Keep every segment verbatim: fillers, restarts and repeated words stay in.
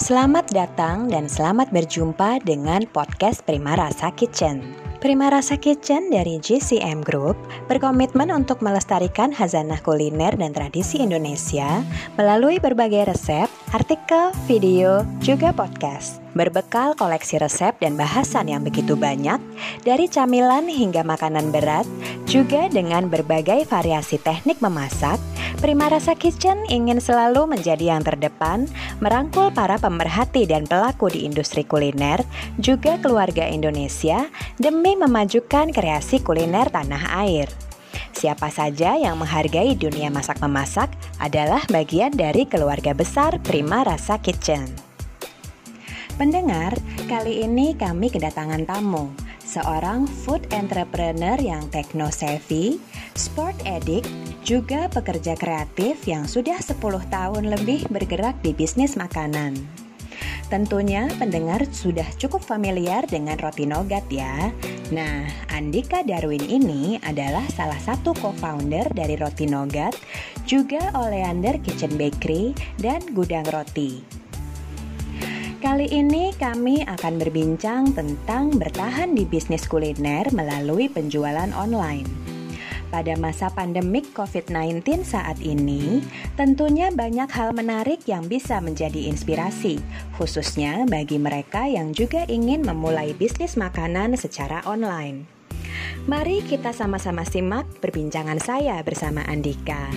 Selamat datang dan selamat berjumpa dengan podcast Prima Rasa Kitchen. Prima Rasa Kitchen dari G C M Group berkomitmen untuk melestarikan khazanah kuliner dan tradisi Indonesia melalui berbagai resep, artikel, video, juga podcast. Berbekal koleksi resep dan bahasan yang begitu banyak, dari camilan hingga makanan berat, juga dengan berbagai variasi teknik memasak, Prima Rasa Kitchen ingin selalu menjadi yang terdepan, merangkul para pemerhati dan pelaku di industri kuliner, juga keluarga Indonesia, demi memajukan kreasi kuliner tanah air. Siapa saja yang menghargai dunia masak-memasak adalah bagian dari keluarga besar Prima Rasa Kitchen. Pendengar, kali ini kami kedatangan tamu, seorang food entrepreneur yang techno-savvy, sport addict, juga pekerja kreatif yang sudah sepuluh tahun lebih bergerak di bisnis makanan. Tentunya pendengar sudah cukup familiar dengan roti Nogat ya. Nah, Andika Darwin ini adalah salah satu co-founder dari Roti Nogat, juga Oleander Kitchen Bakery dan Gudang Roti. Kali ini kami akan berbincang tentang bertahan di bisnis kuliner melalui penjualan online. Pada masa pandemik covid sembilan belas saat ini, tentunya banyak hal menarik yang bisa menjadi inspirasi, khususnya bagi mereka yang juga ingin memulai bisnis makanan secara online. Mari kita sama-sama simak perbincangan saya bersama Andika.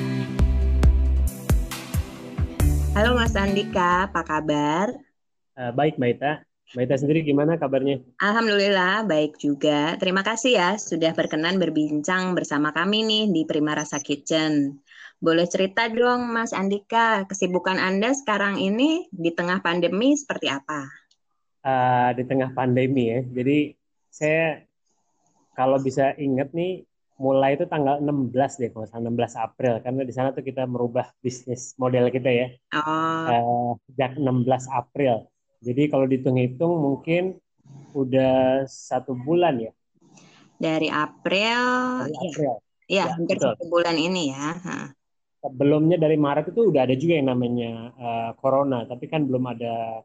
Halo Mas Andika, apa kabar? Uh, baik Mbak Ita. Mbak Ita sendiri gimana kabarnya? Alhamdulillah, baik juga. Terima kasih ya sudah berkenan berbincang bersama kami nih di Prima Rasa Kitchen. Boleh cerita dong Mas Andika, kesibukan Anda sekarang ini di tengah pandemi seperti apa? Uh, di tengah pandemi ya. Jadi saya kalau bisa ingat nih, mulai itu tanggal enam belas deh, kalau enam belas April. Karena di sana tuh kita merubah bisnis model kita ya. Oh, Uh, sejak enam belas April. Jadi kalau dihitung-hitung mungkin udah satu bulan ya. dari April, Dari ya, April. ya Ya, hampir betul. satu bulan ini ya. Hah. Sebelumnya dari Maret itu udah ada juga yang namanya uh, Corona, tapi kan belum ada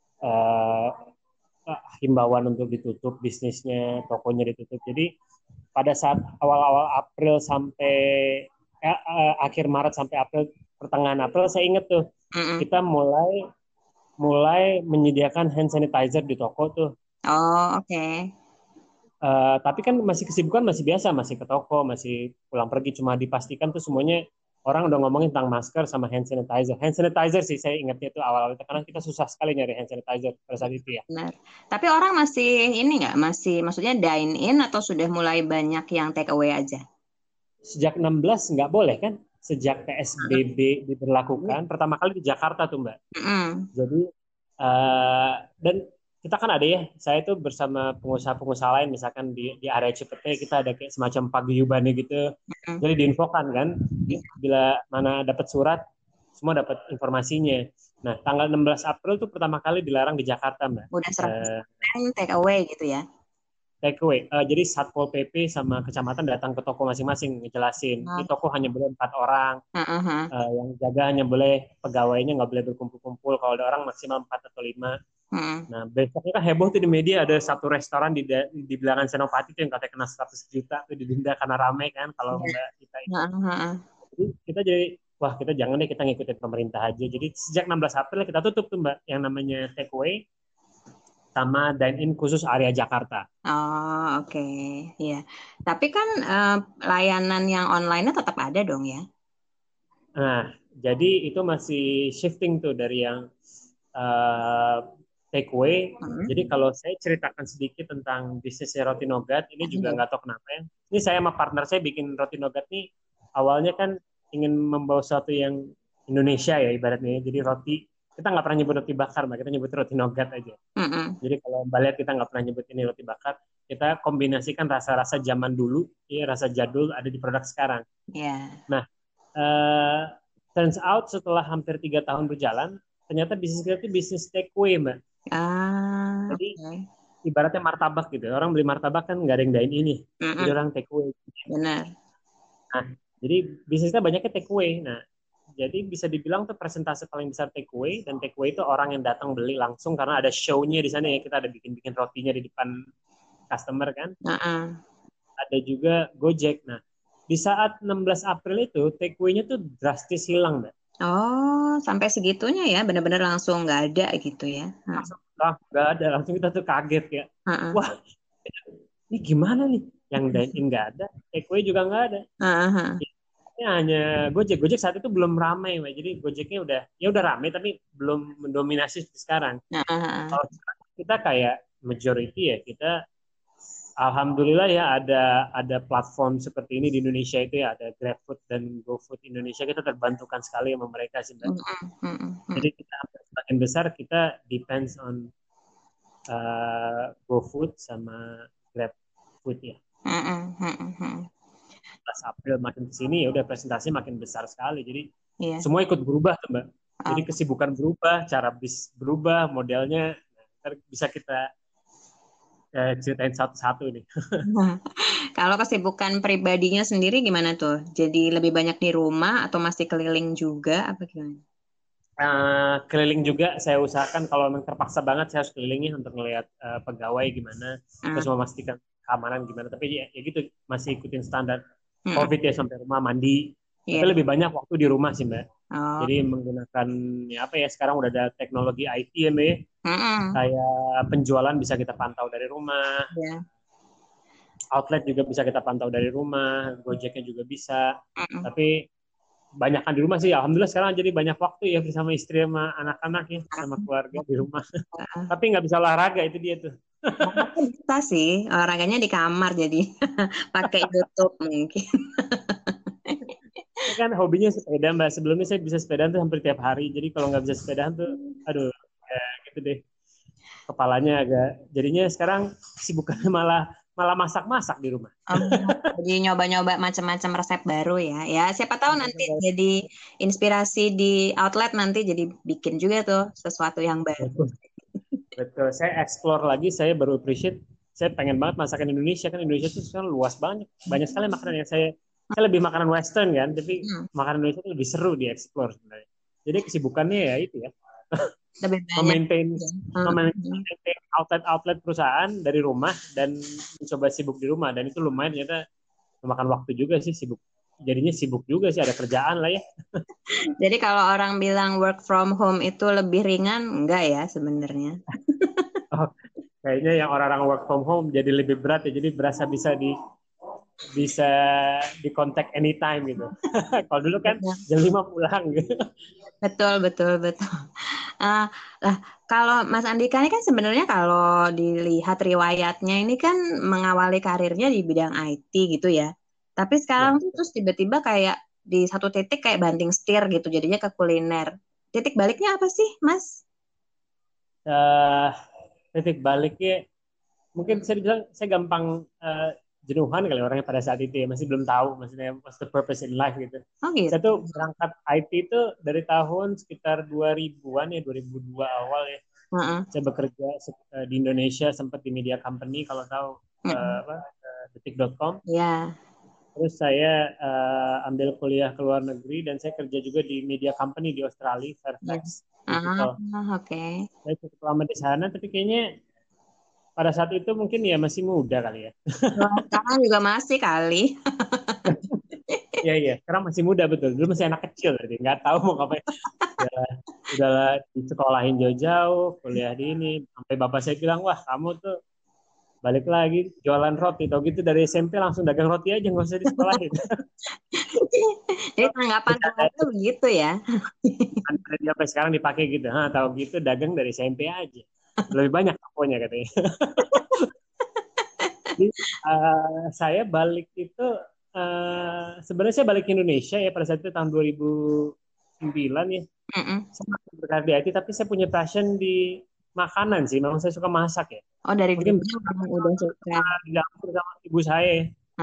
uh, uh, himbauan untuk ditutup bisnisnya, tokonya ditutup. Jadi pada saat awal-awal April sampai eh, uh, akhir Maret sampai April, pertengahan April, saya ingat tuh Mm-mm. kita mulai mulai menyediakan hand sanitizer di toko tuh. Oh, oke. Okay. Uh, tapi kan masih kesibukan masih biasa, masih ke toko, masih pulang pergi. Cuma dipastikan tuh semuanya orang udah ngomongin tentang masker sama hand sanitizer. Hand sanitizer sih saya ingatnya itu awal-awal itu karena kita susah sekali nyari hand sanitizer pada saat itu ya. Benar. Tapi orang masih ini nggak? Masih, maksudnya dine in atau sudah mulai banyak yang take away aja? Sejak enam belas nggak boleh kan? Sejak P S B B Iya. diberlakukan, pertama kali di Jakarta tuh Mbak. Mm-mm. Jadi, uh, dan kita kan ada ya, saya itu bersama pengusaha-pengusaha lain, misalkan di, di area Cipete, kita ada kayak semacam paguyubannya gitu. Mm-mm. Jadi diinfokan kan, bila mana dapat surat, semua dapat informasinya. Nah, tanggal enam belas April tuh pertama kali dilarang di Jakarta, Mbak. Udah Uh, seratus persen take away gitu ya? take away. Uh, jadi Satpol P P sama kecamatan datang ke toko masing-masing ngejelasin. Ini Oh. toko hanya boleh empat orang. Uh-huh. Uh, yang jaga hanya boleh pegawainya, nggak boleh berkumpul-kumpul. Kalau ada orang maksimal empat atau lima. Uh-huh. Nah, besoknya kan heboh tuh di media ada satu restoran di di bilangan Senopati tuh yang katanya kena seratus juta tuh didenda karena rame kan kalau Mbak kita itu. Uh-huh. Jadi kita jadi wah kita jangan deh kita ngikutin pemerintah aja. Jadi sejak enam belas April kita tutup tuh Mbak yang namanya takeaway sama dine-in khusus area Jakarta. Oh, oke. Okay. Iya. Tapi kan eh, layanan yang online-nya tetap ada dong ya? Nah, jadi itu masih shifting tuh dari yang uh, takeaway. Hmm. Jadi kalau saya ceritakan sedikit tentang bisnisnya Roti Nogat, ini juga nggak tahu kenapa ya. Ini saya sama partner saya bikin Roti Nogat nih, awalnya kan ingin membawa sesuatu yang Indonesia ya ibaratnya. Jadi roti, kita nggak pernah nyebut roti bakar, Mbak. Kita nyebut roti Nogat aja. Mm-mm. Jadi kalau Mbak lihat kita nggak pernah nyebut ini roti bakar, kita kombinasikan rasa-rasa zaman dulu, ya, rasa jadul ada di produk sekarang. Yeah. Nah, uh, turns out setelah hampir tiga tahun berjalan, ternyata bisnis kita itu bisnis takeaway, Mbak. Ah, Jadi okay. ibaratnya martabak gitu. Orang beli martabak kan nggak ada yang dine ini. Mm-mm. Jadi orang takeaway. Benar. Nah, jadi bisnisnya banyaknya takeaway. Nah, Jadi bisa dibilang tuh persentase paling besar takeaway, dan takeaway itu orang yang datang beli langsung karena ada show-nya di sana ya, kita ada bikin-bikin rotinya di depan customer kan. Uh-uh. Ada juga Gojek. Nah, di saat enam belas April itu takeaway-nya tuh drastis hilang, Mbak. Oh, sampai segitunya ya, benar-benar langsung nggak ada gitu ya. Uh. Langsung ah, nggak ada, langsung kita tuh kaget ya. Uh-uh. Wah, ini gimana nih? Yang dine-in nggak ada, takeaway juga nggak ada. Uh-huh. Ini hanya Gojek. Gojek saat itu belum ramai, Mbak. Jadi Gojeknya udah ya udah ramai tapi belum mendominasi seperti sekarang. Uh-huh. Kalau kita kayak majority ya, kita alhamdulillah ya ada ada platform seperti ini di Indonesia itu ya, ada GrabFood dan GoFood Indonesia, kita terbantukan sekali sama mereka sih, Mbak. Uh-huh. Jadi kita semakin besar kita depends on uh, GoFood sama GrabFood ya. Uh-uh. Pas April makin kesini ya udah presentasinya makin besar sekali. Jadi yeah. semua ikut berubah tuh, Mbak. Jadi Oh. kesibukan berubah, cara bis berubah, modelnya. Nah, bisa kita eh, ceritain satu-satu nih. Kalau kesibukan pribadinya sendiri gimana tuh? Jadi lebih banyak di rumah atau masih keliling juga apa gimana? Uh, keliling juga saya usahakan, kalau memang terpaksa banget saya harus kelilingi untuk ngelihat uh, pegawai gimana, Hmm. terus memastikan keamanan gimana. Tapi ya, ya gitu, masih ikutin standar Hmm. COVID ya, sampai rumah mandi. Yeah. Tapi lebih banyak waktu di rumah sih, Mbak. Oh. Jadi menggunakan ya apa ya, sekarang udah ada teknologi I T ya, Mbak. Mm-mm. Kayak penjualan bisa kita pantau dari rumah. Yeah. Outlet juga bisa kita pantau dari rumah, Gojeknya juga bisa. Mm-mm. Tapi banyakkan di rumah sih. Alhamdulillah sekarang jadi banyak waktu ya bersama istri sama anak-anak ya, sama keluarga di rumah. Uh-uh. Tapi nggak bisa olahraga, itu dia tuh. Bisa sih, olahraganya di kamar jadi pakai YouTube mungkin. Ini kan hobinya sepeda, Mbak. Sebelumnya saya bisa sepedaan tuh hampir tiap hari. Jadi kalau nggak bisa sepedaan tuh, aduh, ya gitu deh. Kepalanya agak, jadinya sekarang kesibukannya malah malah masak-masak di rumah. Oh, jadi nyoba-nyoba macam-macam resep baru ya. Ya, siapa tahu nanti jadi inspirasi di outlet, nanti jadi bikin juga tuh sesuatu yang baru. Betul. Betul. Saya explore lagi, saya baru appreciate. Saya pengen banget masakan Indonesia, kan Indonesia itu sekarang luas banget. Banyak sekali makanan yang saya saya lebih makanan western kan, tapi Hmm. makanan Indonesia itu lebih seru di explore sebenarnya. Jadi kesibukannya ya itu ya. Lebih banyak. Memaintain, Hmm. memaintain outlet-outlet perusahaan dari rumah dan mencoba sibuk di rumah, dan itu lumayan ternyata memakan waktu juga sih, sibuk. Jadinya sibuk juga sih, ada kerjaan lah ya. Jadi kalau orang bilang work from home itu lebih ringan, enggak ya sebenarnya? Oh, kayaknya yang orang-orang work from home jadi lebih berat ya, jadi berasa bisa di bisa di contact anytime gitu. Kalau dulu kan jam lima pulang gitu. Betul, betul, betul. Uh, lah, kalau Mas Andika ini kan sebenarnya kalau dilihat riwayatnya ini kan mengawali karirnya di bidang I T gitu ya. Tapi sekarang Ya. tuh terus tiba-tiba kayak di satu titik kayak banting setir gitu, jadinya ke kuliner. Titik baliknya apa sih, Mas? Uh, titik baliknya mungkin saya bilang saya gampang uh, jenuhan kali orangnya pada saat itu ya, masih belum tahu maksudnya what's the purpose in life gitu. Oh gitu. Saya tuh berangkat I T itu dari tahun sekitar dua ribuan ya, dua ribu dua awal ya. Uh-uh. Saya bekerja uh, di Indonesia, sempat di media company kalau tahu uh, Uh-uh. apa uh, detik dot com. Ya. Yeah. Terus saya uh, ambil kuliah ke luar negeri dan saya kerja juga di media company di Australia, Fairfax Digital. Uh, Oke. Okay. Saya cukup lama di sana, tapi kayaknya pada saat itu mungkin ya masih muda kali ya. Nah, sekarang juga masih kali. Iya iya, sekarang masih muda betul. Dulu masih anak kecil, jadi nggak tahu mau ngapain. Udah, udah disekolahin jauh-jauh, kuliah di ini. Sampai bapak saya bilang, wah kamu tuh balik lagi jualan roti. Tau gitu dari S M P langsung dagang roti aja, nggak usah disekolahin. Jadi tanggapan keluarga begitu ya? Jadi sampai sekarang dipakai gitu. Hah, tahu gitu dagang dari S M P aja. Lebih banyak tokonya katanya. Jadi, uh, saya balik itu uh, sebenarnya saya balik ke Indonesia ya pada saat itu tahun dua ribu sembilan ya. Mm-mm. Saya masih berkarir di I T, tapi saya punya passion di makanan sih. Memang saya suka masak ya. Oh, dari mungkin dulu memang udah suka di dapur sama ibu saya.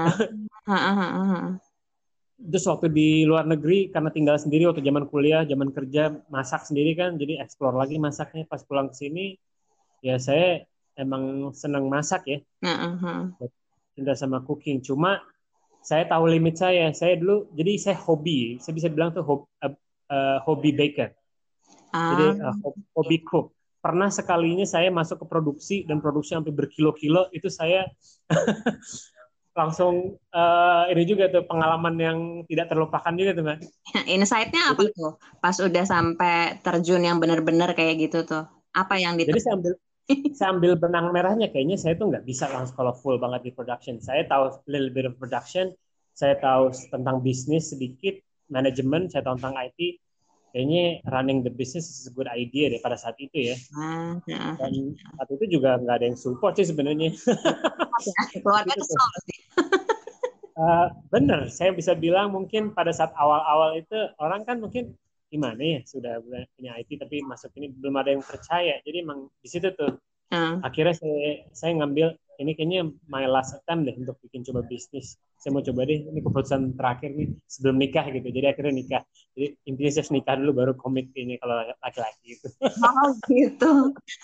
Terus waktu di luar negeri karena tinggal sendiri waktu zaman kuliah, zaman kerja masak sendiri kan, jadi explore lagi masaknya. Pas pulang ke sini ya saya emang senang masak ya. Uh-huh. Cinta sama cooking. Cuma saya tahu limit saya. Saya dulu jadi saya hobi. Saya bisa bilang tuh hobi, uh, uh, hobi baker. Ah. Jadi uh, hobi cook. Pernah sekalinya saya masuk ke produksi dan produksi sampai berkilo-kilo, itu saya langsung uh, ini juga tuh pengalaman yang tidak terlupakan juga tuh Mbak. Insight-nya apa Jadi, tuh? Pas udah sampai terjun yang benar-benar kayak gitu tuh. Apa yang jadi ditemukan? saya ambil saya ambil benang merahnya, kayaknya saya tuh nggak bisa langsung kalau full banget di production. Saya tahu little bit of production, saya tahu tentang bisnis sedikit, manajemen, saya tahu tentang I T. Kayaknya running the business is a good idea deh pada saat itu ya. Ah, ah, Dan saat itu juga nggak ada yang support sih sebenarnya. keluarga Gitu tuh. kesel sih. Uh, bener, saya bisa bilang mungkin pada saat awal-awal itu orang kan mungkin gimana ya, sudah punya I T tapi masuk ini belum ada yang percaya. Jadi emang di situ tuh Hmm. akhirnya saya saya ngambil ini kayaknya my last attempt deh untuk bikin coba bisnis. Saya mau coba deh, ini keputusan terakhir nih sebelum nikah gitu. Jadi akhirnya nikah. Jadi intinya saya harus nikah dulu baru komit ini kalau laki-laki gitu. Oh gitu.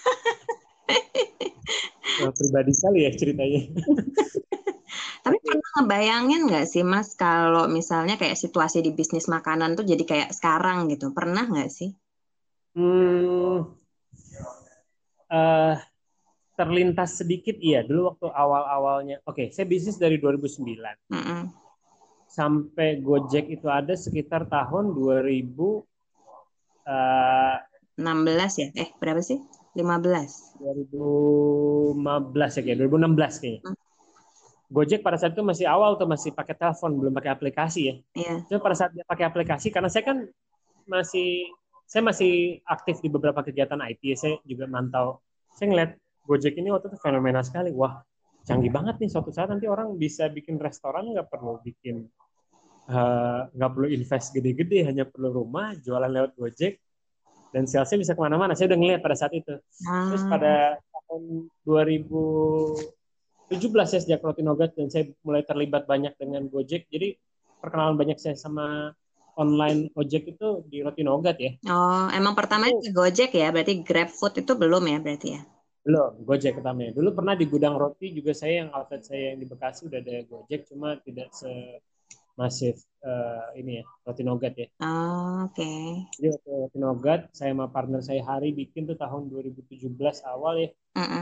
Wah, pribadi sekali ya ceritanya. Tapi pernah ngebayangin nggak sih Mas kalau misalnya kayak situasi di bisnis makanan tuh jadi kayak sekarang gitu? Pernah nggak sih? Hmm, uh, terlintas sedikit iya. Dulu waktu awal-awalnya, oke, okay, saya bisnis dari dua ribu sembilan. Mm-mm. Sampai Gojek itu ada sekitar tahun dua ribu enam belas ya? Eh, berapa sih? lima belas. dua ribu lima belas ya kayak, dua ribu enam belas kayaknya. Hmm. Gojek pada saat itu masih awal tuh, masih pakai telepon, belum pakai aplikasi ya. Iya. Cuma pada saat dia pakai aplikasi, karena saya kan masih, saya masih aktif di beberapa kegiatan I T, saya juga mantau. Saya ngeliat Gojek ini waktu itu fenomena sekali. Wah, canggih banget nih. Suatu saat nanti orang bisa bikin restoran, nggak perlu bikin, uh, nggak perlu invest gede-gede, hanya perlu rumah, jualan lewat Gojek, dan salesnya bisa kemana-mana. Saya udah ngeliat pada saat itu. Ah. Terus pada tahun dua ribu tujuh belas ya, sejak Roti Nogat, dan saya mulai terlibat banyak dengan Gojek. Jadi perkenalan banyak saya sama online ojek itu di Roti Nogat ya. Oh, emang pertamanya ke Gojek ya? Berarti GrabFood itu belum ya berarti ya? Belum, Gojek pertamanya. Dulu pernah di gudang roti juga saya, yang outlet saya yang di Bekasi udah ada Gojek, cuma tidak semasif uh, ini ya, Roti Nogat ya. Oh, oke. Okay. Jadi waktu Roti Nogat, saya sama partner saya Hari bikin tuh tahun dua ribu tujuh belas awal ya. Uh-uh.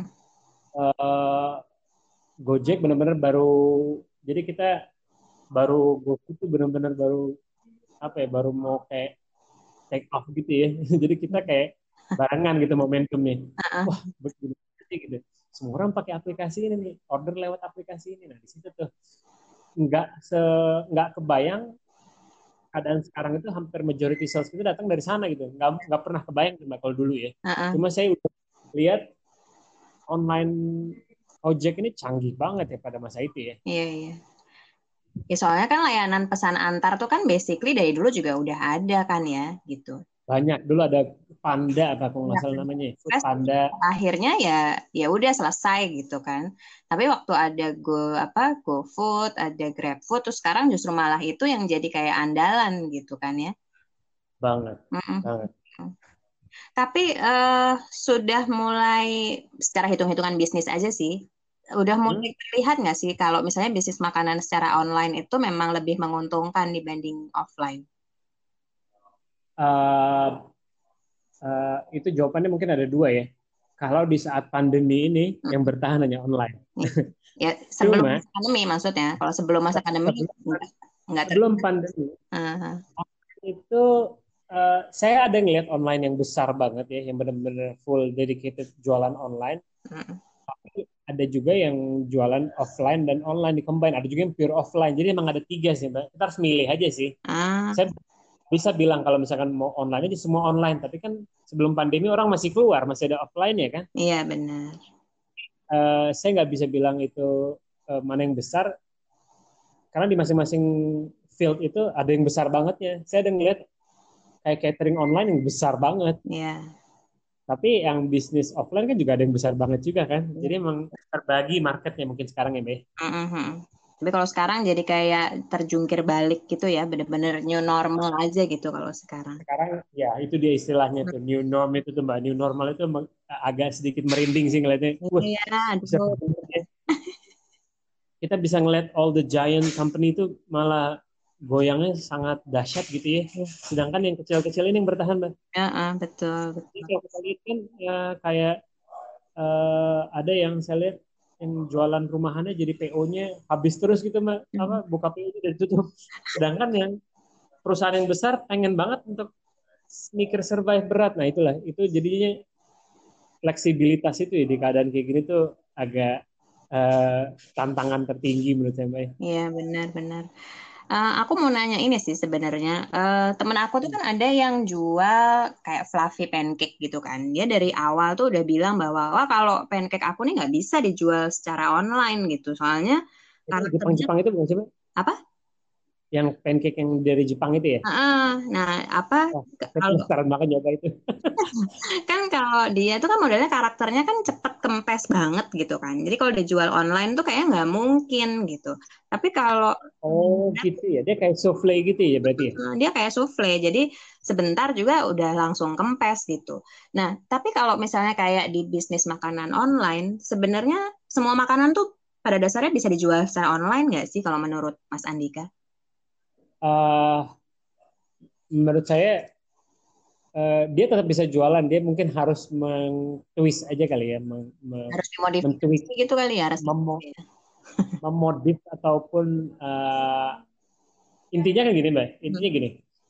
Uh, Gojek benar-benar baru, jadi kita baru GoFood itu benar-benar baru apa ya, baru mau kayak take off gitu ya. Jadi kita kayak barengan gitu momentumnya. Uh-uh. Wah, begini gitu. Semua orang pakai aplikasi ini nih, order lewat aplikasi ini. Nah, di situ tuh nggak se nggak kebayang keadaan sekarang itu hampir majority sales itu datang dari sana gitu. Nggak nggak pernah kebayang Mbak kalau dulu ya. Uh-uh. Cuma saya udah lihat online ojek ini canggih banget ya pada masa itu ya. Iya, iya. Ya soalnya kan layanan pesan antar tuh kan basically dari dulu juga udah ada kan ya gitu. Banyak, dulu ada Panda apa kalau nggak salah namanya, Food Panda. Akhirnya ya ya udah selesai gitu kan. Tapi waktu ada Go apa GoFood, ada GrabFood, terus sekarang justru malah itu yang jadi kayak andalan gitu kan ya. Banget. Mm-mm. Banget. Tapi uh, sudah mulai secara hitung-hitungan bisnis aja sih. Udah mulai hmm? terlihat nggak sih kalau misalnya bisnis makanan secara online itu memang lebih menguntungkan dibanding offline? Uh, uh, itu jawabannya mungkin ada dua ya. Kalau di saat pandemi ini hmm. yang bertahan hanya online. Ya sebelum Cuma, pandemi maksudnya. Kalau sebelum masa pandemi enggak, enggak sebelum pandemi uh-huh. itu uh, saya ada ngeliat online yang besar banget ya, yang benar-benar full dedicated jualan online. Uh-huh. Tapi ada juga yang jualan offline dan online di-combine. Ada juga yang pure offline. Jadi emang ada tiga sih, Mbak. Kita harus milih aja sih. Ah. Saya bisa bilang kalau misalkan mau online aja semua online. Tapi kan sebelum pandemi orang masih keluar, masih ada offline ya kan? Iya, benar. Uh, saya nggak bisa bilang itu uh, mana yang besar. Karena di masing-masing field itu ada yang besar bangetnya. Saya ada ngeliat kayak catering online yang besar banget. Iya. Tapi yang bisnis offline kan juga ada yang besar banget juga kan. Jadi emang terbagi marketnya mungkin sekarang ya, Mbak. Mm-hmm. Tapi kalau sekarang jadi kayak terjungkir balik gitu ya, bener-bener new normal aja gitu kalau sekarang. Sekarang ya itu dia istilahnya tuh, new norm itu tuh Mbak. New normal itu agak sedikit merinding sih ngeliatnya. Iya, aduh. Kita bisa ngeliat all the giant company itu malah goyangnya sangat dahsyat gitu ya. Sedangkan yang kecil-kecil ini yang bertahan, Mbak. Ya, uh, betul, Jadi betul. kalau kita lihat kan ya, kayak uh, ada yang saya lihat yang jualan rumahannya jadi P O-nya habis terus gitu, Mbak. Apa buka P O-nya udah ditutup. Sedangkan yang perusahaan yang besar pengen banget untuk mikir survive berat. Nah, itulah itu jadinya fleksibilitas itu ya di keadaan kayak gini tuh agak uh, tantangan tertinggi menurut saya, Mbak. Iya, benar-benar. Uh, aku mau nanya ini sih sebenarnya. Uh, temen aku tuh kan ada yang jual kayak fluffy pancake gitu kan. Dia dari awal tuh udah bilang bahwa wah kalau pancake aku nih nggak bisa dijual secara online gitu. Soalnya Itu karakternya Jepang-Jepang itu bukan sih, Mbak? apa? Yang pancake yang dari Jepang itu ya? Uh, nah, apa Wah, saya kalau penasaran banget nyoba itu. kan kalau dia tuh kan modelnya karakternya kan cepet kempes banget gitu kan. Jadi kalau dijual online tuh kayaknya nggak mungkin gitu. Tapi kalau Oh gitu ya, dia kayak souffle gitu ya berarti ya? eh, dia kayak souffle, jadi sebentar juga udah langsung kempes gitu. Nah, tapi kalau misalnya kayak di bisnis makanan online, sebenarnya semua makanan tuh pada dasarnya bisa dijual secara online nggak sih kalau menurut Mas Andika? Uh, menurut saya uh, dia tetap bisa jualan, dia mungkin harus meng-twist aja kali ya, meng, meng, Harus dimodifikasi men-tweak, gitu kali ya memo, resepnya. memodif ataupun uh, intinya kan gini Mbak, intinya gini,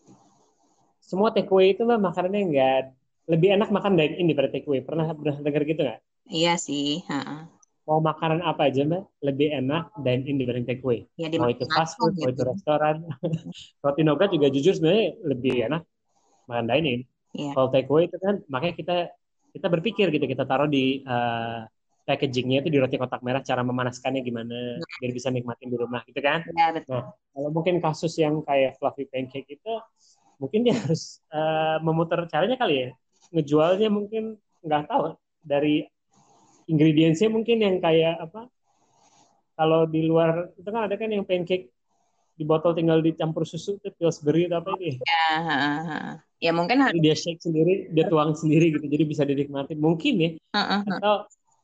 semua takeaway itu Mbak makanannya nggak lebih enak makan dine in daripada takeaway. Pernah pernah dengar gitu nggak? Iya sih, heeh. Mau makanan apa aja Mbak, lebih enak dine in dibanding takeaway. Ya Mau itu fast dimakan-makan food, mau gitu. itu restoran. Roti Nogat juga jujur sebenarnya lebih enak makan dine in. Iya. Kalau takeaway itu kan makanya kita kita berpikir gitu, kita taruh di uh, packagingnya itu di roti kotak merah, cara memanaskannya gimana biar bisa nikmatin di rumah gitu kan. Ya, betul. Nah, kalau mungkin kasus yang kayak fluffy pancake itu mungkin dia harus uh, memutar caranya kali ya, ngejualnya mungkin nggak tahu dari ingredientsnya mungkin yang kayak apa, kalau di luar itu kan ada kan yang pancake di botol tinggal dicampur susu itu Pillsbury atau apa itu ya. Ya, heeh, heeh. Ya mungkin Jadi harus. dia shake sendiri, dia tuang sendiri gitu, jadi bisa dinikmati mungkin ya. Heeh, heeh. Atau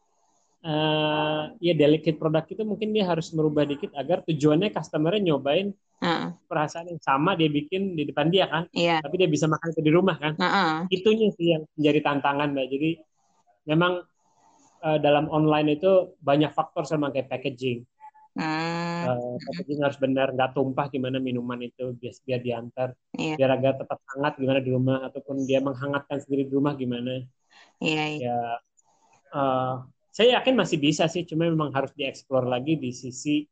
uh, ya delicate produk itu mungkin dia harus merubah dikit agar tujuannya customer-nya nyobain Heeh. perasaan yang sama dia bikin di depan dia kan, Iya. tapi dia bisa makan itu di rumah kan. Heeh. Itunya sih yang menjadi tantangan Mbak. Jadi memang uh, dalam online itu banyak faktor sama kayak packaging. Hmm. Uh, packaging harus benar, nggak tumpah gimana minuman itu biar, biar diantar, Iya, biar agar tetap hangat gimana di rumah, ataupun dia menghangatkan sendiri di rumah gimana. iya, iya. Ya, uh, saya yakin masih bisa sih, cuma memang harus dieksplor lagi di sisi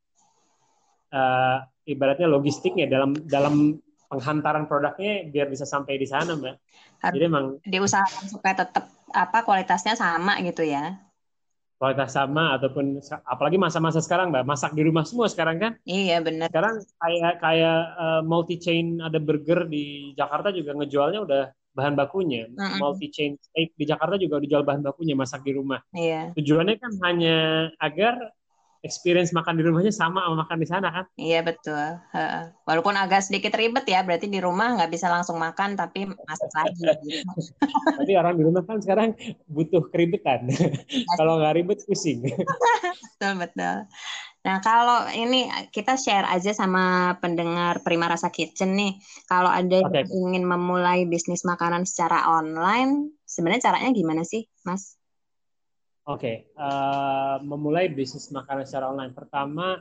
uh, ibaratnya logistiknya dalam dalam penghantaran produknya biar bisa sampai di sana, Mbak. Harus Jadi emang diusahakan supaya tetap apa kualitasnya sama gitu ya. kualitas sama, ataupun apalagi masa-masa sekarang Mbak, masak di rumah semua sekarang kan. Iya, benar. Sekarang kayak kayak uh, multi chain, ada burger di Jakarta juga ngejualnya udah bahan bakunya. Mm-mm. Multi chain steak di Jakarta juga dijual bahan bakunya, masak di rumah. Iya. Tujuannya kan hanya agar experience makan di rumahnya sama sama makan di sana kan. Iya, betul. Heeh. Walaupun agak sedikit ribet ya, berarti di rumah nggak bisa langsung makan tapi masak lagi gitu. Tapi orang di rumah kan sekarang butuh keribetan. Kalau nggak ribet pusing. Betul, betul. Nah, kalau ini kita share aja sama pendengar Prima Rasa Kitchen nih. Kalau ada yang Oke. ingin memulai bisnis makanan secara online, sebenarnya caranya gimana sih, Mas? Oke, uh, memulai bisnis makanan secara online. Pertama,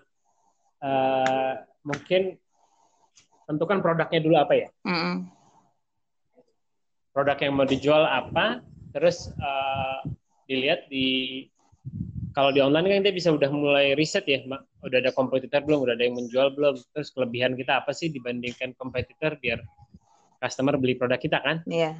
uh, mungkin tentukan produknya dulu apa ya. Mm-mm. Produk yang mau dijual apa, terus uh, dilihat di kalau di online kan dia bisa udah mulai riset ya, Mak. Udah ada kompetitor belum, udah ada yang menjual belum, terus kelebihan kita apa sih dibandingkan kompetitor biar customer beli produk kita kan. Iya.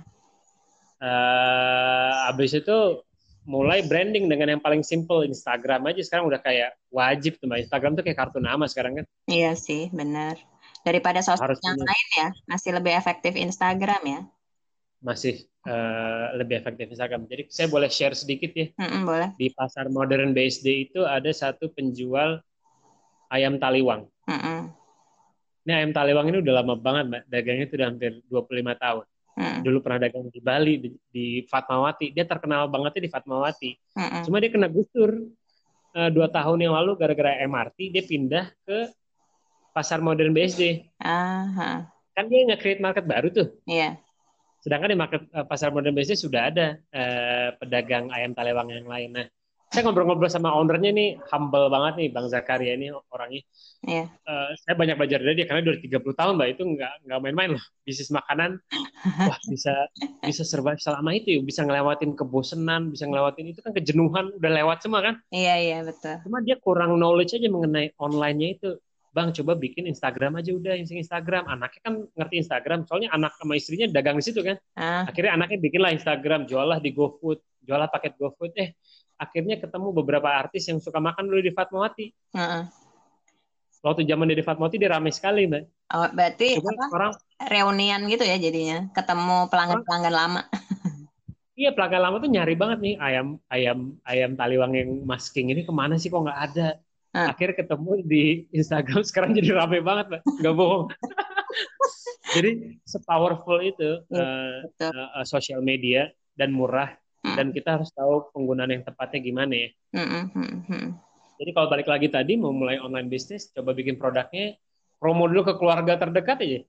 Uh, abis itu mulai branding dengan yang paling simple, Instagram aja sekarang udah kayak wajib tuh Mbak. Instagram tuh kayak kartu nama sekarang kan. Iya sih, benar. Daripada sosmed Harus yang punya. lain ya, masih lebih efektif Instagram ya. Masih uh, lebih efektif Instagram. Jadi saya boleh share sedikit ya. Mm-mm, boleh. Di Pasar Modern B S D itu ada satu penjual ayam taliwang. Mm-mm. Ini ayam taliwang ini udah lama banget Mbak. Dagangnya itu udah hampir dua puluh lima tahun. Mm. Dulu pernah dagang di Bali, di, di Fatmawati. Dia terkenal bangetnya di Fatmawati. Mm-mm. Cuma dia kena gusur uh, dua tahun yang lalu gara-gara M R T. Dia pindah ke pasar modern B S D. Aha. Kan dia nge-create market baru tuh. Iya. Sedangkan di market uh, pasar modern B S D sudah ada uh, pedagang ayam Talewang yang lain. Nah, saya ngobrol-ngobrol sama ownernya nih, humble banget nih Bang Zakaria ini orangnya. Iya. Uh, saya banyak belajar dari dia karena udah tiga puluh tahun Mbak, itu nggak nggak main-main loh. Bisnis makanan, wah bisa bisa survive selama itu ya, bisa ngelewatin kebosanan, bisa ngelewatin itu kan kejenuhan udah lewat semua kan. Iya, iya, betul. Cuma dia kurang knowledge aja mengenai online-nya itu. Bang, coba bikin Instagram aja udah, Instagram. Anaknya kan ngerti Instagram, soalnya anak sama istrinya dagang di situ kan. Ah. Akhirnya anaknya bikinlah Instagram, jualah di GoFood, jualah paket GoFood. Eh, akhirnya ketemu beberapa artis yang suka makan dulu di Fatmawati. Uh-uh. Waktu zaman di Fatmawati dia ramai sekali, Mbak. Oh, berarti Coba apa? Orang Reunian gitu ya jadinya, ketemu pelanggan-pelanggan lama. Iya, pelanggan lama tuh nyari banget nih ayam ayam ayam Taliwang yang masking ini kemana sih kok nggak ada. Ah. Akhirnya ketemu di Instagram, sekarang jadi rame banget, Mbak. Nggak bohong. Jadi sepowerful itu uh, uh, sosial media dan murah, hmm. dan kita harus tahu penggunaan yang tepatnya gimana ya. Hmm, hmm, hmm. Jadi kalau balik lagi tadi mau mulai online bisnis, coba bikin produknya, promo dulu ke keluarga terdekat aja.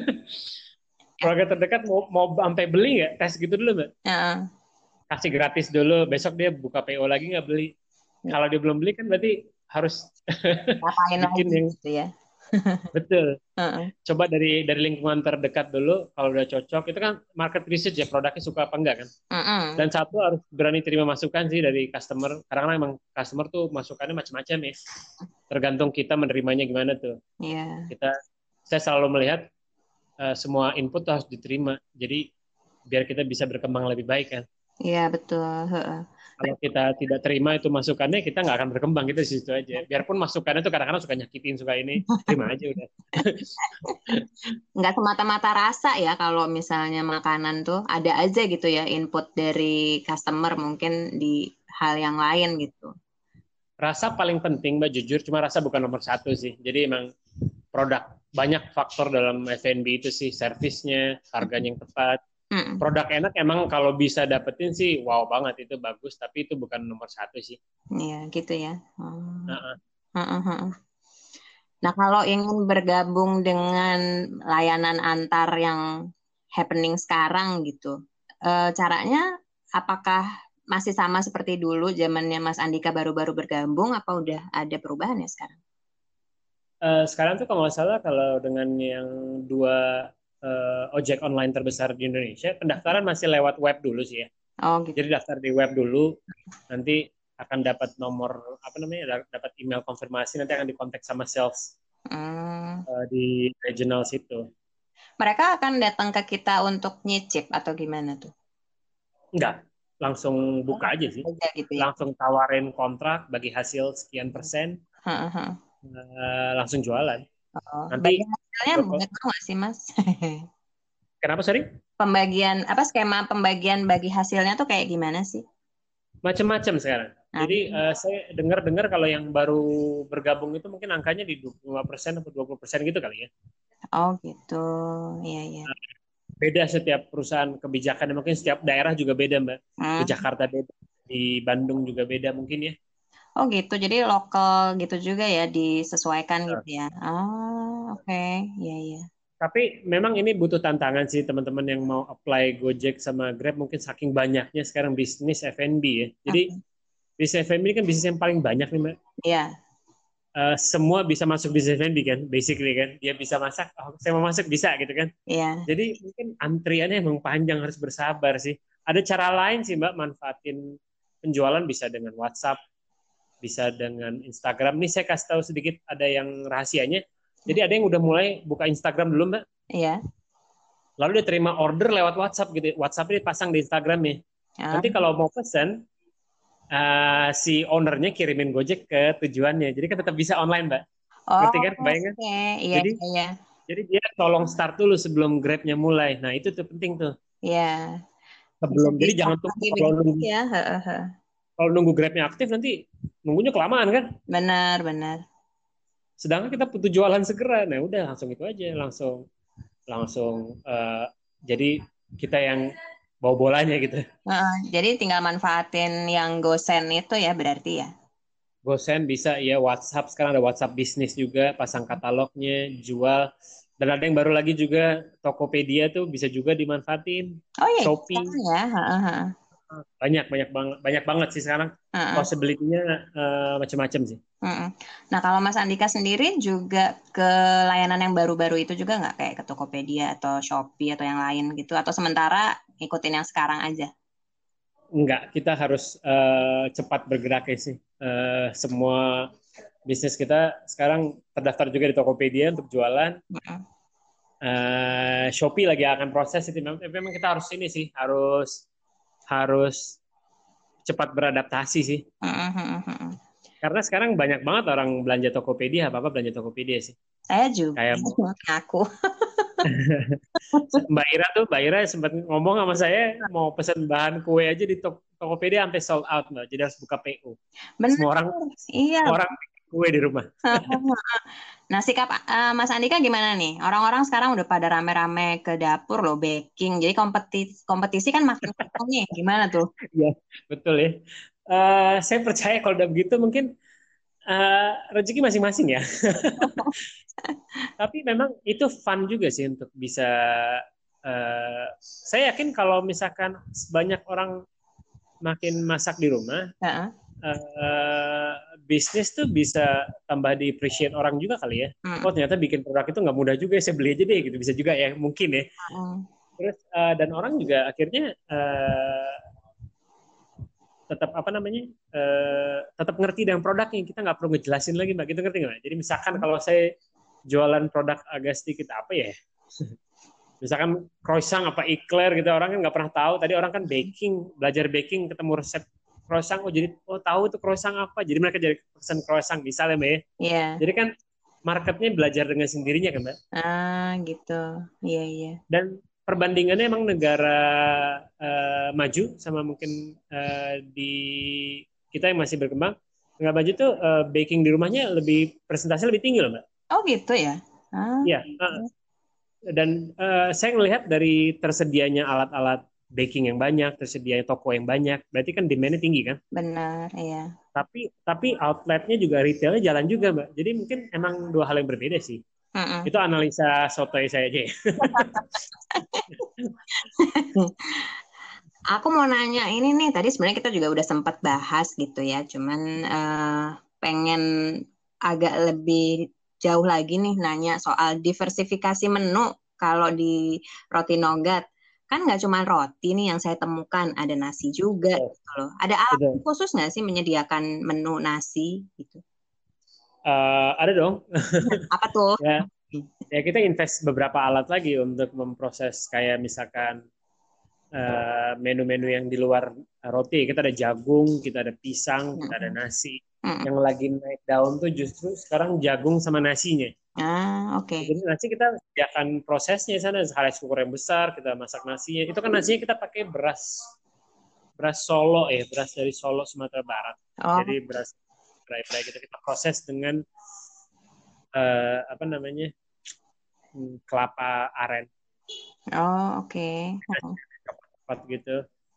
Keluarga terdekat mau mau sampai beli nggak? Tes gitu dulu, Mbak. Uh. Kasih gratis dulu, besok dia buka P O lagi nggak beli. Kalau dia belum beli kan berarti harus ngapain bikin lagi yang gitu ya. Betul. Uh-uh. Coba dari dari lingkungan terdekat dulu, kalau udah cocok, itu kan market research ya, produknya suka apa enggak kan. Uh-uh. Dan satu harus berani terima masukan sih dari customer. Karena emang customer tuh masukannya macam-macam ya. Tergantung kita menerimanya gimana tuh. Iya. Kita, saya selalu melihat uh, semua input tuh harus diterima. Jadi biar kita bisa berkembang lebih baik kan. Iya betul. Uh-uh. Kalau kita tidak terima itu masukannya, kita nggak akan berkembang, kita di situ aja. Biarpun masukannya itu kadang-kadang suka nyakitin, suka ini, terima aja udah. Nggak semata-mata rasa ya, kalau misalnya makanan tuh ada aja gitu ya input dari customer mungkin di hal yang lain gitu. Rasa paling penting, Mbak, jujur, cuma rasa bukan nomor satu sih. Jadi emang produk, banyak faktor dalam F and B itu sih, servisnya, harganya yang tepat. Hmm. Produk enak emang kalau bisa dapetin sih wow banget, itu bagus, tapi itu bukan nomor satu sih. Iya gitu ya. Hmm. Uh-uh. Uh-uh. Nah kalau ingin bergabung dengan layanan antar yang happening sekarang gitu, e, caranya apakah masih sama seperti dulu zamannya Mas Andika baru-baru bergabung, apa udah ada perubahan ya sekarang? Uh, sekarang tuh kalau nggak salah, kalau dengan yang dua Uh, ojek online terbesar di Indonesia, pendaftaran masih lewat web dulu sih ya. Oh, gitu. Jadi daftar di web dulu, nanti akan dapat nomor apa namanya, dapat email konfirmasi, nanti akan dikontak sama sales hmm. uh, di regional situ. Mereka akan datang ke kita untuk nyicip atau gimana tuh? Enggak, langsung buka oh, aja sih, aja gitu ya? Langsung tawarin kontrak bagi hasil sekian persen, uh-huh. uh, langsung jualan. Oh, nanti hasilnya boleh tahu nggak sih Mas? Kenapa sorry? Pembagian apa skema pembagian bagi hasilnya tuh kayak gimana sih? Macam-macam sekarang. Ah. Jadi uh, saya dengar-dengar kalau yang baru bergabung itu mungkin angkanya di dua puluh lima persen atau dua puluh persen gitu kali ya. Oh gitu, iya iya. Beda setiap perusahaan kebijakan, mungkin setiap daerah juga beda Mbak. Hmm. Di Jakarta beda, di Bandung juga beda mungkin ya. Oh gitu, jadi lokal gitu juga ya, disesuaikan nah. gitu ya. Ah, oke, okay. Iya iya. Tapi memang ini butuh tantangan sih teman-teman yang mau apply Gojek sama Grab, mungkin saking banyaknya sekarang bisnis F and B ya. Jadi okay. bisnis F and B kan bisnis yang paling banyak nih Mbak. Iya. Yeah. Uh, semua bisa masuk bisnis F and B kan, basically kan. Dia bisa masak, oh, saya mau masuk bisa gitu kan. Iya. Yeah. Jadi mungkin antriannya emang panjang, harus bersabar sih. Ada cara lain sih Mbak, manfaatin penjualan bisa dengan WhatsApp, bisa dengan Instagram. Nih saya kasih tahu sedikit, ada yang rahasianya. Jadi ada yang udah mulai buka Instagram dulu Mbak. Iya. Lalu dia terima order lewat WhatsApp gitu. WhatsApp-nya dipasang di Instagramnya. Ya. Nanti kalau mau pesen, uh, si ownernya kirimin Gojek ke tujuannya. Jadi kan tetap bisa online Mbak. Oh, ngerti kan? Kebayang kan? Okay. Iya, jadi, iya. Jadi dia tolong start dulu sebelum Grab-nya mulai. Nah itu tuh penting tuh. Iya. Sebelum, jadi jangan tunggu kalau nunggu. Ya. Kalau nunggu Grab-nya aktif nanti nunggunya kelamaan kan? Benar, benar. Sedangkan kita butuh jualan segera. Nah, udah langsung itu aja, langsung langsung uh, jadi kita yang bawa bolanya gitu. Uh, jadi tinggal manfaatin yang GoSend itu ya berarti ya. GoSend bisa, ya WhatsApp sekarang ada WhatsApp bisnis juga, pasang katalognya, jual. Dan ada yang baru lagi juga, Tokopedia tuh bisa juga dimanfaatin. Oh ya, Shopee, sekarang ya. Ha, ha, banyak banyak banget banyak banget sih sekarang. ha, ha. Possibility-nya eh, macam-macam sih. Mm-mm. Nah, kalau Mas Andika sendiri juga ke layanan yang baru-baru itu juga nggak kayak ke Tokopedia atau Shopee atau yang lain gitu? Atau sementara ikutin yang sekarang aja? Enggak, kita harus eh, cepat bergerak ya sih. Eh, semua bisnis kita sekarang terdaftar juga di Tokopedia untuk jualan. Mm-mm. Eh, Shopee lagi akan proses itu. Tapi memang kita harus ini sih, harus harus cepat beradaptasi sih. Mm-mm, mm-mm. Karena sekarang banyak banget orang belanja Tokopedia, apa-apa belanja Tokopedia sih. Saya juga Kayak ngaku. Mbak Ira tuh, Mbak Ira sempat ngomong sama saya mau pesen bahan kue aja di Tokopedia sampai sold out, Mbak. Jadi harus buka P O. Benar, Semua orang iya. semua orang bikin kue di rumah. Nah, sikap uh, Mas Andika gimana nih? Orang-orang sekarang udah pada rame-rame ke dapur loh baking. Jadi kompetisi kompetisi kan makin kencang nih. Gimana tuh? Iya, betul ya. Eh, saya percaya kalau udah begitu mungkin eh, rezeki masing-masing ya. Tapi memang itu fun juga sih untuk bisa. eh, saya yakin kalau misalkan banyak orang makin masak di rumah, Heeh. eh, bisnis tuh bisa tambah di appreciate orang juga kali ya. Mm. Oh ternyata bikin produk itu nggak mudah juga ya, saya beli aja deh gitu. Bisa juga ya, mungkin ya. Mm. Terus eh, dan orang juga akhirnya eh, tetap apa namanya eh, tetap ngerti dengan produknya, kita nggak perlu ngejelasin lagi mbak, gitu ngerti nggak? Jadi misalkan kalau saya jualan produk agak sedikit apa ya, misalkan croissant apa eclair gitu, orang kan nggak pernah tahu. Tadi orang kan baking, belajar baking, ketemu resep croissant, oh jadi oh tahu itu croissant apa, jadi mereka jadi pesan croissant misalnya mbak ya. Iya. Jadi kan marketnya belajar dengan sendirinya kan mbak. Ah, gitu. Iya, iya. Dan perbandingannya emang negara uh, maju sama mungkin uh, di kita yang masih berkembang, nggak maju tuh uh, baking di rumahnya lebih presentasi lebih tinggi loh mbak. Oh gitu ya. Ah, Iya. Uh, dan uh, saya melihat dari tersedianya alat-alat baking yang banyak, tersedianya toko yang banyak, berarti kan demand-nya tinggi kan. benar, iya. Tapi tapi outletnya juga retailnya jalan juga mbak. Jadi mungkin emang dua hal yang berbeda sih. Mm-mm. Itu analisa sotoy saya aja. Aku mau nanya ini nih, tadi sebenarnya kita juga udah sempat bahas gitu ya, cuman eh, pengen agak lebih jauh lagi nih nanya soal diversifikasi menu kalau di Roti Nogat. Kan nggak cuma roti nih yang saya temukan, ada nasi juga Oh, gitu loh. Ada alat betul. khusus nggak sih menyediakan menu nasi gitu? Uh, ada dong. Apa tuh? Ya, ya kita invest beberapa alat lagi untuk memproses kayak misalkan uh, menu-menu yang di luar roti. Kita ada jagung, kita ada pisang, kita ada nasi. Mm-mm. Yang lagi naik daun tuh justru sekarang jagung sama nasinya. Ah, oke. Jadi nasi kita sediakan prosesnya di sana, rice cooker yang besar, kita masak nasinya. Itu kan nasinya kita pakai beras beras Solo ya, beras dari Solo Sumatera Barat. Oh, Jadi beras dry-dry gitu kita proses dengan uh, apa namanya hmm, kelapa aren. oh oke. Cepat gitu.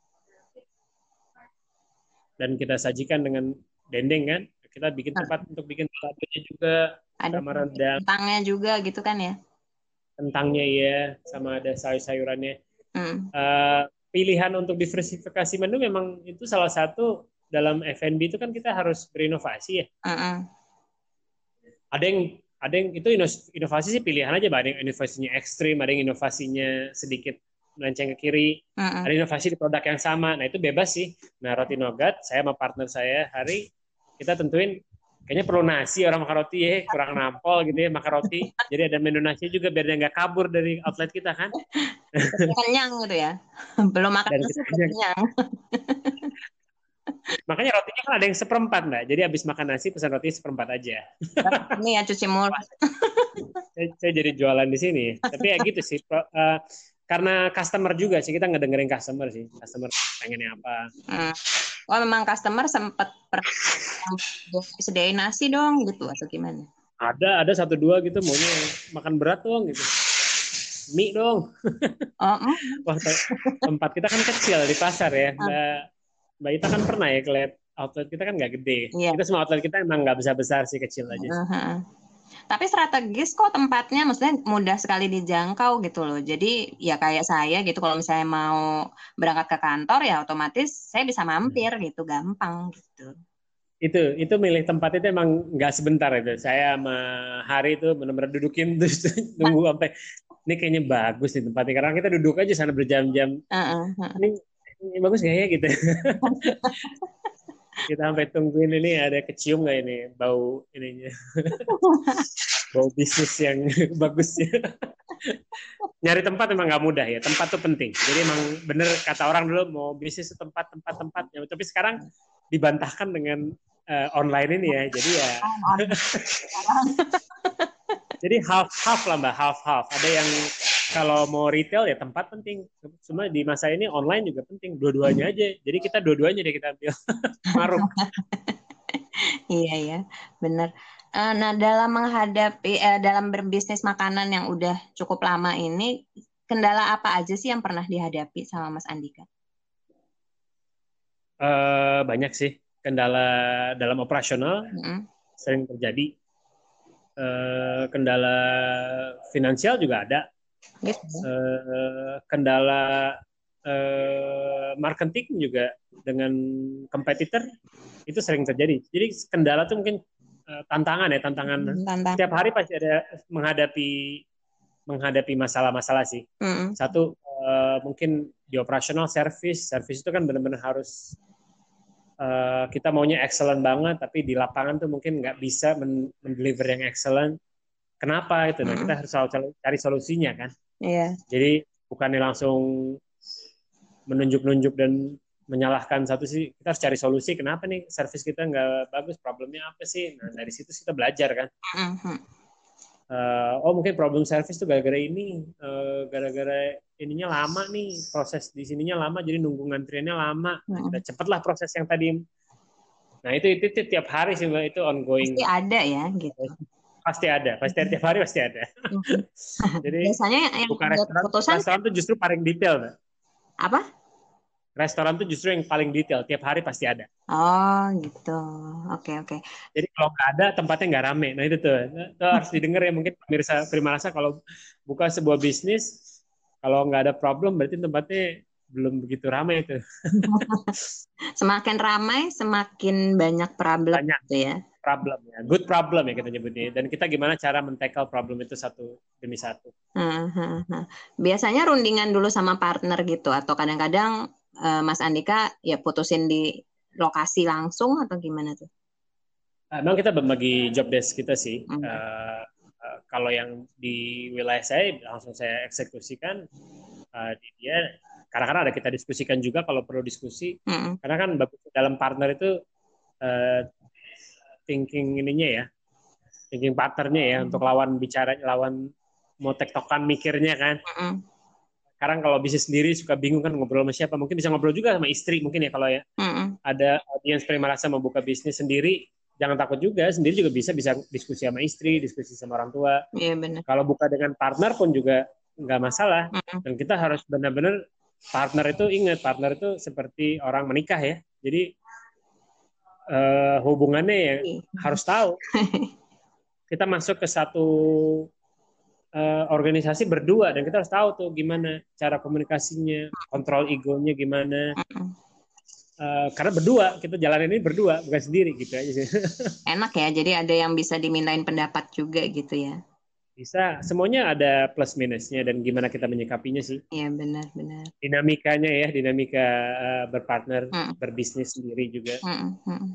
Dan kita sajikan dengan dendeng kan. Kita bikin tempat untuk bikin ladonya juga. Ada Sama rendang. kentangnya juga gitu kan ya? Kentangnya ya, sama ada sayur-sayurannya. Hmm. Uh, pilihan untuk diversifikasi menu memang itu salah satu dalam F and B itu kan kita harus berinovasi ya. Uh-uh. Ada yang ada yang itu inovasi sih pilihan aja, ada yang inovasinya ekstrim, ada yang inovasinya sedikit melenceng ke kiri, uh-uh. ada inovasi di produk yang sama. Nah itu bebas sih. Nah Roti Nogat, saya sama partner saya Hari, kita tentuin kayaknya perlu nasi orang makan roti ya, kurang nampol gitu ya makan roti. Jadi ada menu nasi juga biar dia nggak kabur dari outlet kita kan. Kenyang gitu ya. Belum makan Dan nasi kita kenyang. Makanya rotinya kan ada yang seperempat mbak. Jadi habis makan nasi pesan roti seperempat aja. Ini ya cuci mulut. saya, saya jadi jualan di sini. Tapi ya gitu sih. Uh, karena customer juga sih, kita ngedengerin customer sih. Customer pengennya apa. Hmm. Oh memang customer sempat sediain nasi dong gitu atau gimana? Ada, ada satu dua gitu maunya makan berat dong gitu. Mie dong. Oh, Wah, tempat kita kan kecil di pasar ya. Mbak, Mbak Ita kan pernah ya kelihat outlet kita kan nggak gede. Iya. Kita semua outlet kita emang nggak besar-besar sih, kecil aja sih. Uh-huh. Tapi strategis kok tempatnya, maksudnya mudah sekali dijangkau gitu loh. Jadi ya kayak saya gitu, kalau misalnya mau berangkat ke kantor ya otomatis saya bisa mampir gitu, gampang gitu. Itu itu milih tempat itu emang nggak sebentar itu. Saya sama Hari itu benar-benar dudukin terus nunggu sampai ini kayaknya bagus nih tempatnya. Karena kita duduk aja sana berjam-jam. Uh-uh. Ini, ini bagus nggak ya gitu. Kita sampai tungguin ini ada kecium nggak ini bau ininya. Bau bisnis yang bagusnya. Nyari tempat emang nggak mudah ya. Tempat tuh penting. Jadi emang bener kata orang dulu mau bisnis tempat tempat tempat. Tapi sekarang dibantahkan dengan uh, online ini ya. Jadi ya. Jadi half half lah mbak, half half. Ada yang kalau mau retail ya tempat penting. Cuma di masa ini online juga penting. Dua-duanya aja. Jadi kita dua-duanya deh kita ambil. Maruk. Iya ya, benar. Nah, dalam menghadapi eh, dalam berbisnis makanan yang udah cukup lama ini, kendala apa aja sih yang pernah dihadapi sama Mas Andika? Uh, banyak sih kendala dalam operasional, mm-hmm. sering terjadi. Uh, kendala finansial juga ada. Yes. Uh, kendala uh, marketing juga dengan kompetitor itu sering terjadi. Jadi kendala tuh mungkin uh, tantangan ya, tantangan. Tantang. Setiap hari pasti ada menghadapi menghadapi masalah-masalah sih. Mm-hmm. Satu uh, mungkin di operasional service, service itu kan benar-benar harus uh, kita maunya excellent banget, tapi di lapangan tuh mungkin nggak bisa men- mendeliver yang excellent. Kenapa itu? Nah, mm-hmm. kita harus selalu cari solusinya kan. Yeah. Jadi bukannya langsung menunjuk-nunjuk dan menyalahkan satu sih, kita harus cari solusi. Kenapa nih service kita nggak bagus? Problemnya apa sih? Nah, dari situ kita belajar kan. Mm-hmm. Uh, oh mungkin problem service tuh gara-gara ini, uh, gara-gara ininya lama nih, proses di sininya lama, jadi nunggu ngantriannya lama. Nah, kita cepatlah proses yang tadi. Nah itu itu, itu tiap hari sih mbak, itu ongoing. Pasti ada ya gitu. Pasti ada, pasti tiap hari pasti ada. Jadi biasanya yang bukan restoran, restoran tuh justru paling detail mbak. Apa? Restoran tuh justru yang paling detail, tiap hari pasti ada. Oh gitu, oke okay, oke. Okay. Jadi kalau nggak ada, tempatnya nggak rame. Nah itu tuh, itu harus didengar ya mungkin pemirsa Prima Rasa kalau buka sebuah bisnis, kalau nggak ada problem berarti tempatnya belum begitu ramai itu. Semakin ramai, semakin banyak problem banyak gitu ya. Problem ya, good problem ya kita nyebutnya. Dan kita gimana cara men-tackle problem itu satu demi satu. Hmm, hmm, hmm. Biasanya rundingan dulu sama partner gitu, atau kadang-kadang uh, Mas Andika ya putusin di lokasi langsung atau gimana tuh? Memang kita berbagi job desk kita sih. Hmm. Uh, uh, kalau yang di wilayah saya langsung saya eksekusikan uh, di dia. Kadang-kadang ada kita diskusikan juga kalau perlu diskusi. Hmm. Karena kan dalam partner itu uh, thinking ininya ya, thinking partnernya ya, hmm. untuk lawan bicara, lawan mau tektokan mikirnya kan. Hmm. Sekarang kalau bisnis sendiri suka bingung kan ngobrol sama siapa, mungkin bisa ngobrol juga sama istri mungkin ya kalau ya. Hmm. Ada audiens Prima Rasa mau buka bisnis sendiri, jangan takut juga, sendiri juga bisa bisa diskusi sama istri, diskusi sama orang tua. Iya benar. Kalau buka dengan partner pun juga nggak masalah. Hmm. Dan kita harus benar-benar partner itu ingat, partner itu seperti orang menikah ya. Jadi Uh, hubungannya ya harus tahu. Kita masuk ke satu uh, organisasi berdua dan kita harus tahu tuh gimana cara komunikasinya, kontrol egonya gimana. Uh, karena berdua kita jalan ini berdua, bukan sendiri gitu aja sih. Enak ya, jadi ada yang bisa dimintain pendapat juga gitu ya. Bisa, semuanya ada plus minusnya dan gimana kita menyikapinya sih. Iya benar-benar. Dinamikanya ya, dinamika uh, berpartner, hmm. berbisnis sendiri juga. Hmm, hmm.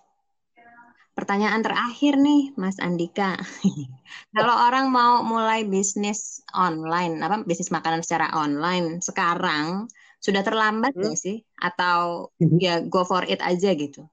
Pertanyaan terakhir nih, Mas Andika. Kalau orang mau mulai bisnis online, apa bisnis makanan secara online sekarang, sudah terlambat nggak hmm? sih? Atau ya go for it aja gitu?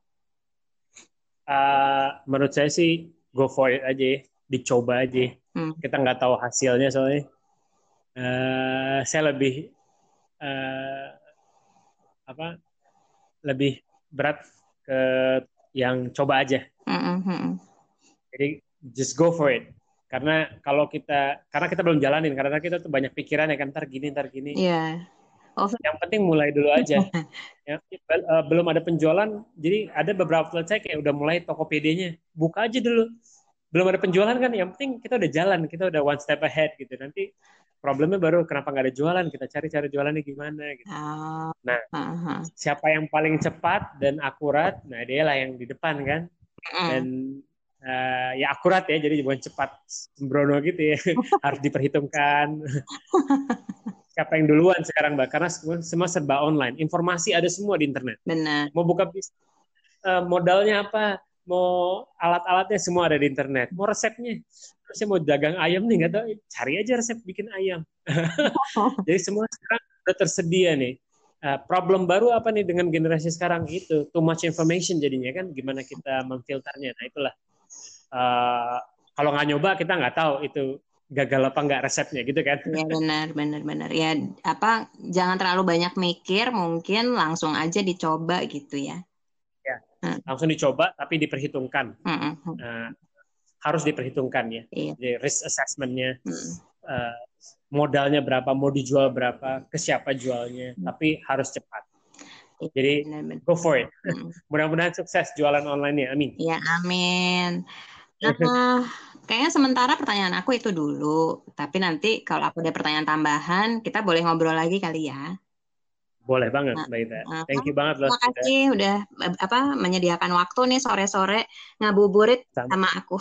Uh, menurut saya sih go for it aja, dicoba aja. Hmm. Kita nggak tahu hasilnya soalnya. Uh, saya lebih uh, apa? Lebih berat ke yang coba aja. Mm-hmm. Jadi just go for it. Karena kalau kita, karena kita belum jalanin, karena kita tuh banyak pikiran ya kan, ntar gini, ntar gini. Iya. Yeah. COVID. Yang penting mulai dulu aja. Ya, uh, belum ada penjualan, jadi ada beberapa outlet saya kayak udah mulai Tokopedia-nya, buka aja dulu. Belum ada penjualan kan, yang penting kita udah jalan, kita udah one step ahead gitu. Nanti problemnya baru kenapa nggak ada jualan, kita cari-cari jualannya gimana gitu. Oh, nah, uh-huh. siapa yang paling cepat dan akurat, nah dia lah yang di depan kan. Uh-huh. Dan uh, ya akurat ya, jadi bukan cepat sembrono gitu ya. Harus diperhitungkan. Siapa yang duluan sekarang, Mbak? Karena semua serba online. Informasi ada semua di internet. Benar. Mau buka bisnis, uh, modalnya apa, mau alat-alatnya semua ada di internet. Mau resepnya, terusnya mau dagang ayam nih, nggak tahu, cari aja resep bikin ayam. Jadi semua sekarang udah tersedia nih. Uh, problem baru apa nih dengan generasi sekarang itu? Too much information jadinya kan. Gimana kita memfilternya? Nah itulah. Uh, kalau nggak nyoba kita nggak tahu itu gagal apa nggak resepnya gitu kan. Ya benar, benar, benar. Ya apa, jangan terlalu banyak mikir, mungkin langsung aja dicoba gitu ya. Ya, hmm. langsung dicoba tapi diperhitungkan. Hmm. Uh, harus diperhitungkan ya. Iya. Jadi risk assessment-nya, hmm. uh, modalnya berapa, mau dijual berapa, ke siapa jualnya, hmm. tapi harus cepat. Jadi benar, benar. Go for it. Hmm. Mudah-mudahan sukses jualan online-nya. Amin. Ya, amin. Nah, kayaknya sementara pertanyaan aku itu dulu. Tapi nanti kalau aku ada pertanyaan tambahan, kita boleh ngobrol lagi kali ya. Boleh banget, Mbak Ita. Nah, Thank you banget loh. Terima kasih udah apa menyediakan waktu nih sore-sore ngabuburit sama, sama aku.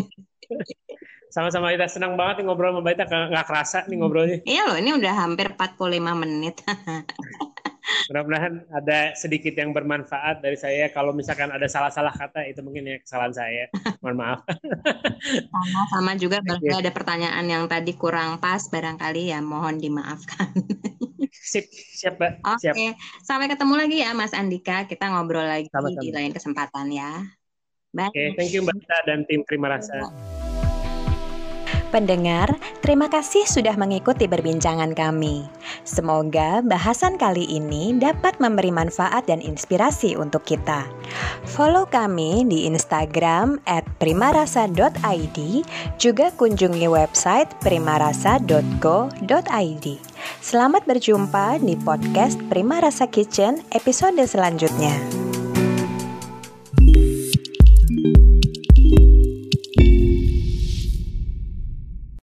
Sama-sama Ita, senang banget nih ngobrol sama Mbak Ita, nggak kerasa nih ngobrolnya. Iya loh, ini udah hampir empat puluh lima menit. Mudah-mudahan ada sedikit yang bermanfaat dari saya. Kalau misalkan ada salah-salah kata, itu mungkin ya kesalahan saya. Mohon maaf. Sama-sama juga, kalau ada pertanyaan yang tadi kurang pas, barangkali ya mohon dimaafkan. Sip, siap, Mbak. Oke, okay. Sampai ketemu lagi ya, Mas Andika. Kita ngobrol lagi Sama-sama. Di lain kesempatan ya. Bye. Oke, okay, thank you Mbak Ita dan tim Prima Rasa. Pendengar, terima kasih sudah mengikuti perbincangan kami. Semoga bahasan kali ini dapat memberi manfaat dan inspirasi untuk kita. Follow kami di Instagram at primarasa dot i d, juga kunjungi website primarasa dot co dot i d. Selamat berjumpa di podcast Prima Rasa Kitchen episode selanjutnya.